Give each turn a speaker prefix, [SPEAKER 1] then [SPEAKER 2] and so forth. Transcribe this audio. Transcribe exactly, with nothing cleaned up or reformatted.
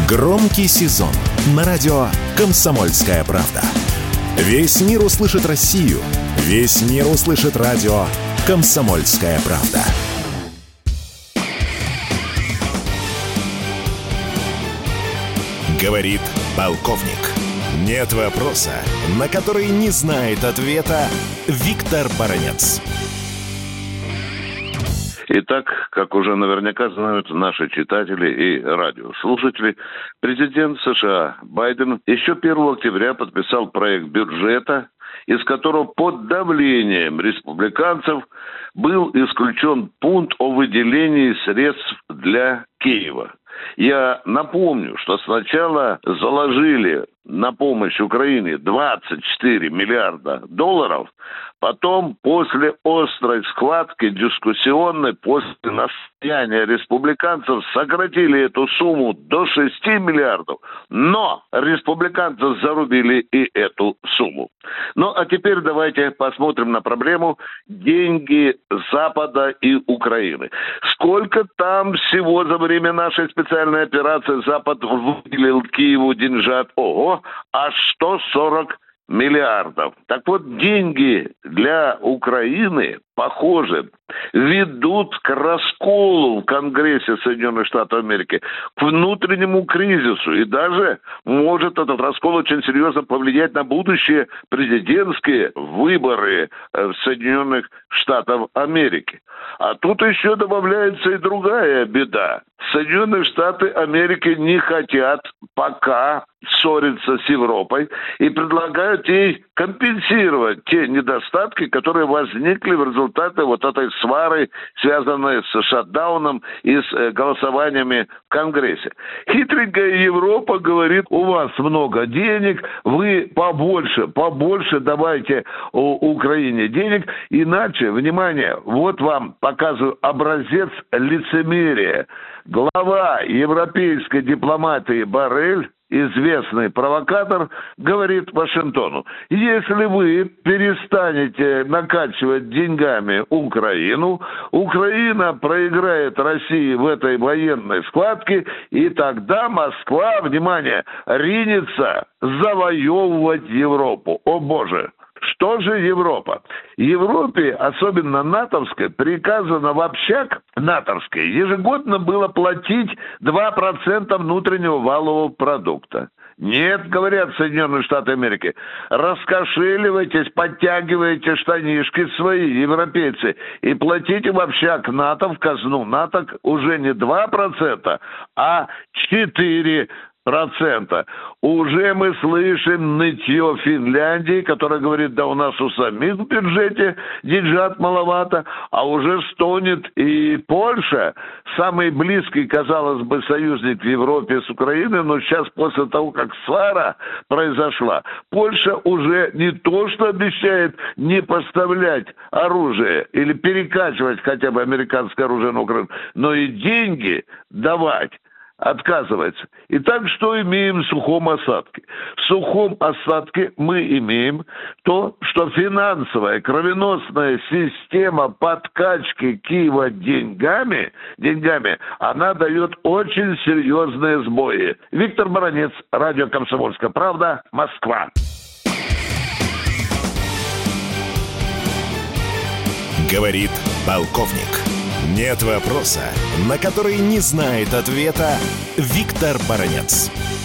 [SPEAKER 1] Громкий сезон на радио «Комсомольская правда». Весь мир услышит Россию. Весь мир услышит радио «Комсомольская правда». Говорит полковник. Нет вопроса, на который не знает ответа Виктор Баранец.
[SPEAKER 2] Итак, как уже наверняка знают наши читатели и радиослушатели, президент США Байден еще первого октября подписал проект бюджета, из которого под давлением республиканцев был исключен пункт о выделении средств для Киева. Я напомню, что сначала заложили на помощь Украине двадцать четыре миллиарда долларов, потом после острой схватки дискуссионной, после настояния республиканцев сократили эту сумму до шести миллиардов, но республиканцы зарубили и эту сумму. Ну а теперь давайте посмотрим на проблему деньги Запада и Украины. Сколько там всего за время нашей специальной операции Запад выделил Киеву деньжат? Ого, аж сто сорок миллиардов. Так вот, деньги для Украины, похоже, ведут к расколу в Конгрессе Соединенных Штатов Америки, к внутреннему кризису. И даже может этот раскол очень серьезно повлиять на будущие президентские выборы в Соединенных Штатах Америки. А тут еще добавляется и другая беда. Соединенные Штаты Америки не хотят пока ссориться с Европой и предлагают ей компенсировать те недостатки, которые возникли в результате вот этой свары, связанной с шатдауном и с э, голосованиями в Конгрессе. Хитренькая Европа говорит: у вас много денег, вы побольше, побольше давайте у Украине денег, иначе, внимание, вот вам показываю образец лицемерия. Глава европейской дипломатии Боррель, известный провокатор, говорит Вашингтону: если вы перестанете накачивать деньгами Украину, Украина проиграет России в этой военной схватке, и тогда Москва, внимание, ринется завоевывать Европу. О боже! Что же Европа? Европе, особенно натовской, приказано в общак натовской ежегодно было платить два процента внутреннего валового продукта. Нет, говорят Соединенные Штаты Америки, раскошеливайтесь, подтягивайте штанишки свои, европейцы, и платите в общак НАТО, в казну НАТО уже не два процента, а четыре процента. Процента. Уже мы слышим нытье Финляндии, которая говорит: да у нас у самих в бюджете деньжат маловато, а уже стонет и Польша, самый близкий, казалось бы, союзник в Европе с Украиной, но сейчас после того, как свара произошла, Польша уже не то что обещает не поставлять оружие или перекачивать хотя бы американское оружие на Украину, но и деньги давать отказывается. Итак, что имеем в сухом осадке? В сухом осадке мы имеем то, что финансовая кровеносная система подкачки Киева деньгами, деньгами, она дает очень серьезные сбои. Виктор Баранец, радио «Комсомольская правда», Москва.
[SPEAKER 1] Говорит полковник. Нет вопроса, на который не знает ответа Виктор Баранец.